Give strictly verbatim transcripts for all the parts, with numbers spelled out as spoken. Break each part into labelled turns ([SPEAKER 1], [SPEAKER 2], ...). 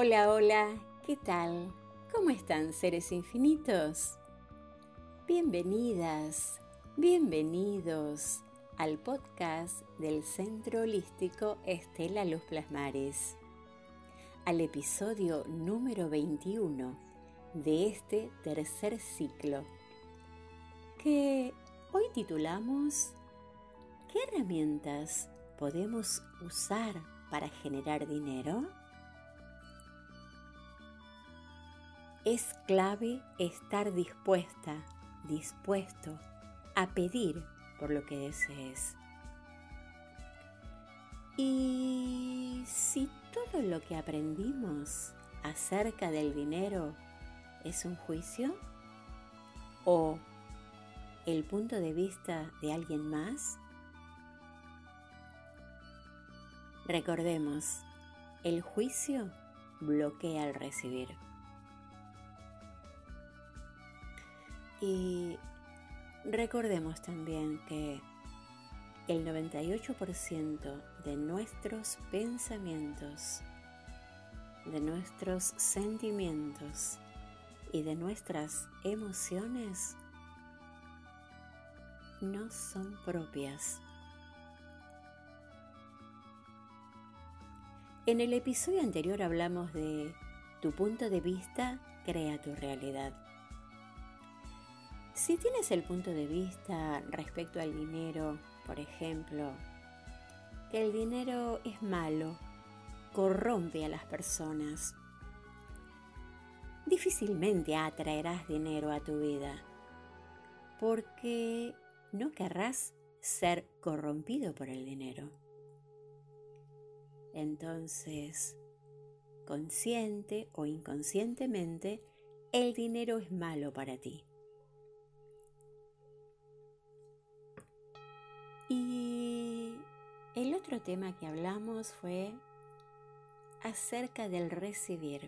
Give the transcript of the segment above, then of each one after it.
[SPEAKER 1] Hola, hola, ¿qué tal? ¿Cómo están, seres infinitos? Bienvenidas, bienvenidos al podcast del Centro Holístico Estela Luz Plasmares, al episodio número veintiuno de este tercer ciclo, que hoy titulamos ¿qué herramientas podemos usar para generar dinero? Es clave estar dispuesta, dispuesto a pedir por lo que desees. Y si todo lo que aprendimos acerca del dinero es un juicio o el punto de vista de alguien más, recordemos, el juicio bloquea el recibir. Y recordemos también que el noventa y ocho por ciento de nuestros pensamientos, de nuestros sentimientos y de nuestras emociones no son propias. En el episodio anterior hablamos de tu punto de vista crea tu realidad. Si tienes el punto de vista respecto al dinero, por ejemplo, que el dinero es malo, corrompe a las personas, difícilmente atraerás dinero a tu vida, porque no querrás ser corrompido por el dinero. Entonces, consciente o inconscientemente, el dinero es malo para ti. Y el otro tema que hablamos fue acerca del recibir,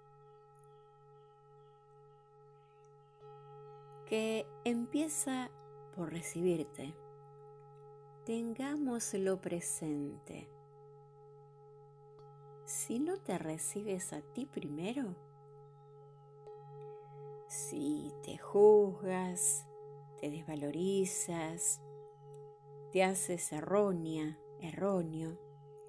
[SPEAKER 1] que empieza por recibirte. Tengámoslo presente. Si no te recibes a ti primero, si te juzgas, te desvalorizas, te haces errónea, erróneo,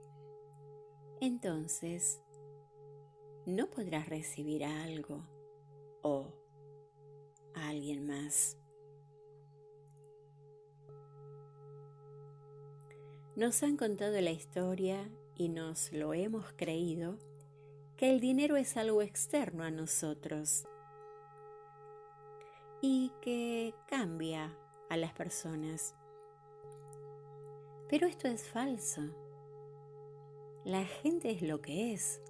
[SPEAKER 1] entonces no podrás recibir a algo o a alguien más. Nos han contado la historia y nos lo hemos creído que el dinero es algo externo a nosotros y que cambia a las personas. Pero esto es falso. La gente es lo que es.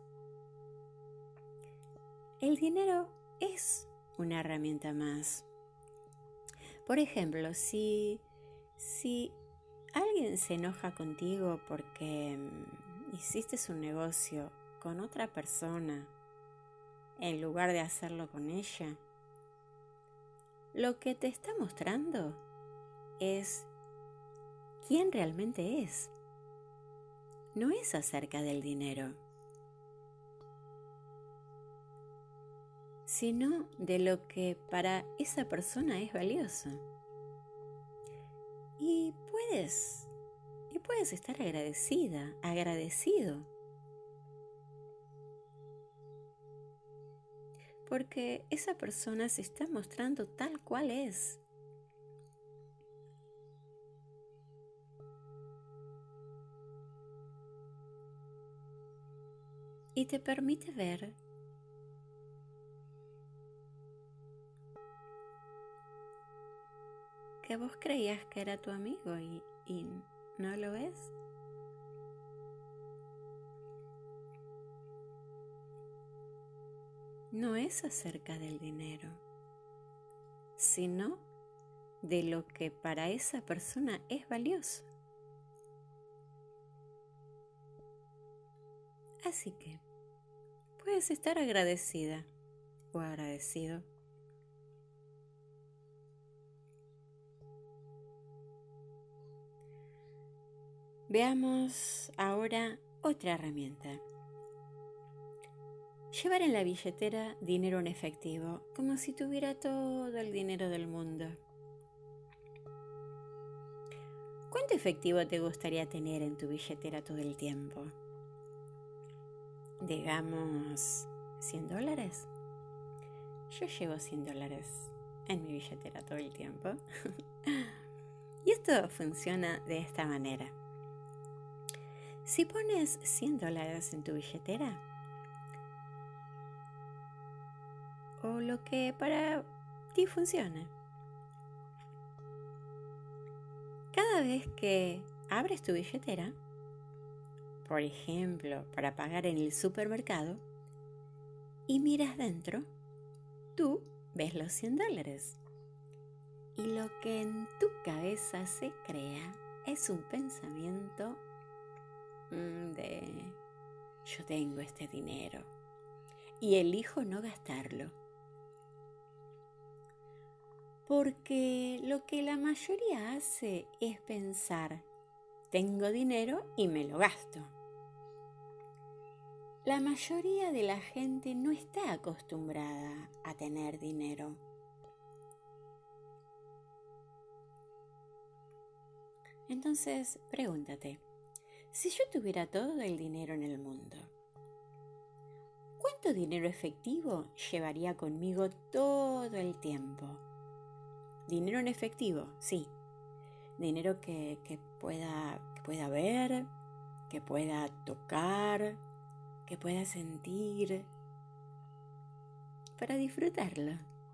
[SPEAKER 1] El dinero es una herramienta más. Por ejemplo, si, si alguien se enoja contigo porque mm, hiciste un negocio con otra persona en lugar de hacerlo con ella, lo que te está mostrando es quién realmente es. No es acerca del dinero, sino de lo que para esa persona es valioso. Y puedes, y puedes estar agradecida, agradecido, porque esa persona se está mostrando tal cual es. Y te permite ver que vos creías que era tu amigo y, y no lo es. No es acerca del dinero, sino de lo que para esa persona es valioso. Así que puedes estar agradecida o agradecido. Veamos ahora otra herramienta. Llevar en la billetera dinero en efectivo, como si tuviera todo el dinero del mundo. ¿Cuánto efectivo te gustaría tener en tu billetera todo el tiempo? Digamos, cien dólares. Yo llevo cien dólares en mi billetera todo el tiempo. Y esto funciona de esta manera. Si pones cien dólares en tu billetera, o lo que para ti funcione, cada vez que abres tu billetera, por ejemplo, para pagar en el supermercado, y miras dentro, tú ves los cien dólares. Y lo que en tu cabeza se crea es un pensamiento de yo tengo este dinero y elijo no gastarlo. Porque lo que la mayoría hace es pensar, tengo dinero y me lo gasto. La mayoría de la gente no está acostumbrada a tener dinero. Entonces, pregúntate, si yo tuviera todo el dinero en el mundo, ¿cuánto dinero efectivo llevaría conmigo todo el tiempo? Dinero en efectivo, sí. Dinero que, que, pueda, que pueda ver, que pueda tocar, que pueda sentir, para disfrutarlo.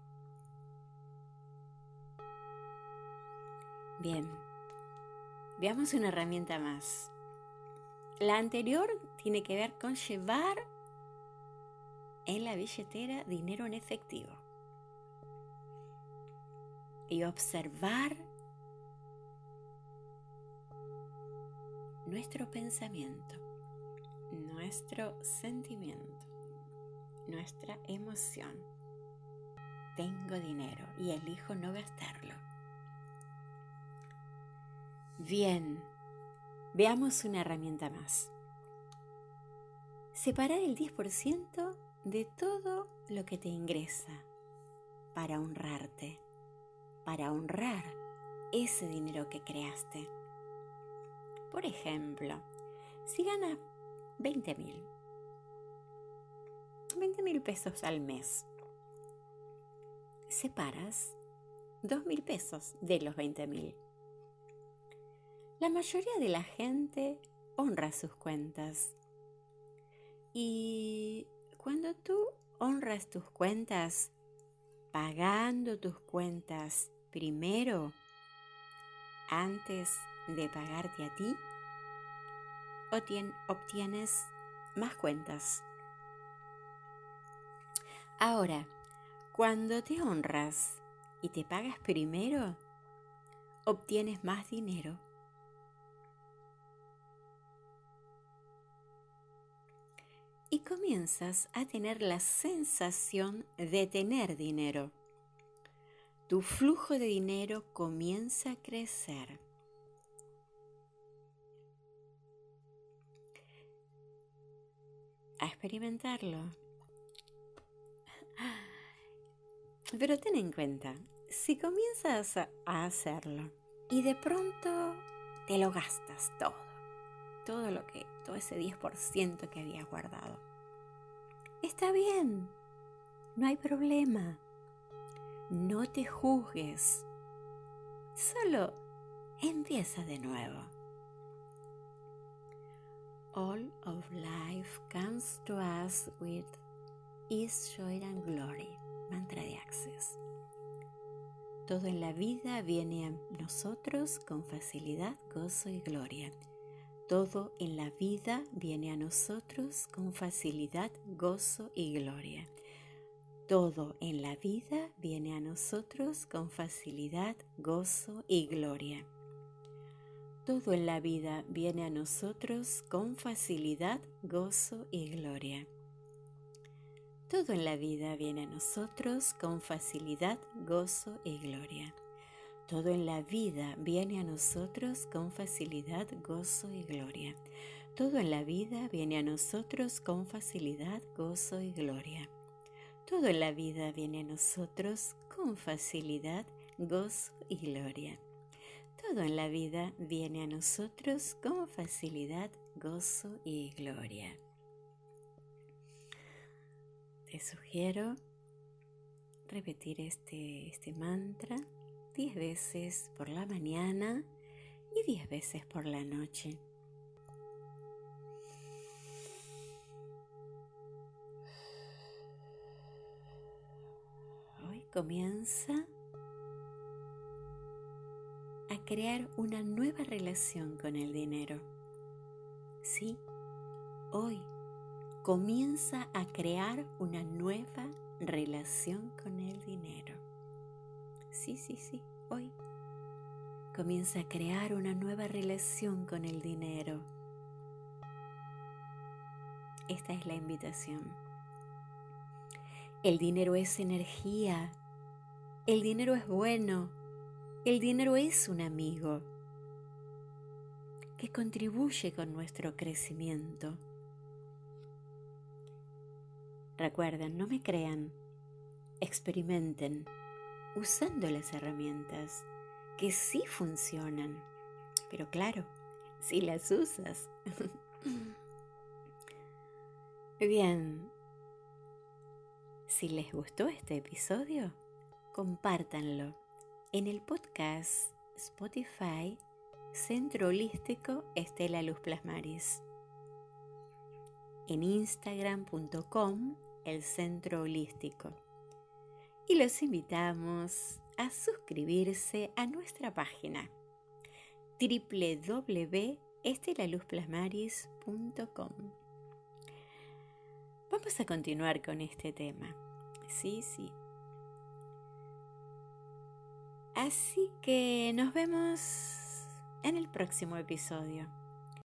[SPEAKER 1] Bien, veamos una herramienta más. La anterior tiene que ver con llevar en la billetera dinero en efectivo y observar nuestro pensamiento, nuestro sentimiento, nuestra emoción. Tengo dinero y elijo no gastarlo. Bien, veamos una herramienta más. Separar el diez por ciento de todo lo que te ingresa para honrarte, para honrar ese dinero que creaste. Por ejemplo, si ganas veinte mil, veinte mil pesos al mes, separas dos mil pesos de los veinte mil. La mayoría de la gente honra sus cuentas. Y cuando tú honras tus cuentas, pagando tus cuentas primero, antes de pagarte a ti, obtienes más cuentas. Ahora, cuando te honras y te pagas primero, obtienes más dinero. Y comienzas a tener la sensación de tener dinero. Tu flujo de dinero comienza a crecer. A experimentarlo. Pero ten en cuenta, si comienzas a hacerlo y de pronto te lo gastas todo, todo lo que, todo ese diez por ciento que habías guardado, está bien, no hay problema. No te juzgues, solo empieza de nuevo. All of life comes to us with ease, joy and glory. Mantra de Access. Todo en la vida viene a nosotros con facilidad, gozo y gloria. Todo en la vida viene a nosotros con facilidad, gozo y gloria. Todo en la vida viene a nosotros con facilidad, gozo y gloria. Todo en la vida viene a nosotros con facilidad, gozo y gloria. Todo en la vida viene a nosotros con facilidad, gozo y gloria. Todo en la vida viene a nosotros con facilidad, gozo y gloria. Todo en la vida viene a nosotros con facilidad, gozo y gloria. Todo en la vida viene a nosotros con facilidad, gozo y gloria. Todo en la vida viene a nosotros con facilidad, gozo y gloria. Te sugiero repetir este, este mantra diez veces por la mañana y diez veces por la noche. Hoy comienza a crear una nueva relación con el dinero. Sí, hoy comienza a crear una nueva relación con el dinero. Sí, sí, sí, hoy comienza a crear una nueva relación con el dinero. Esta es la invitación. El dinero es energía. El dinero es bueno. El dinero es un amigo que contribuye con nuestro crecimiento. Recuerden, no me crean, experimenten usando las herramientas que sí funcionan, pero claro, si las usas. Bien, si les gustó este episodio, compártanlo en el podcast Spotify Centro Holístico Estela Luz Plasmaris, en instagram punto com el Centro Holístico, y los invitamos a suscribirse a nuestra página doble u doble u doble u punto estela luz plasmaris punto com. Vamos a continuar con este tema. Sí, sí. Así que nos vemos en el próximo episodio.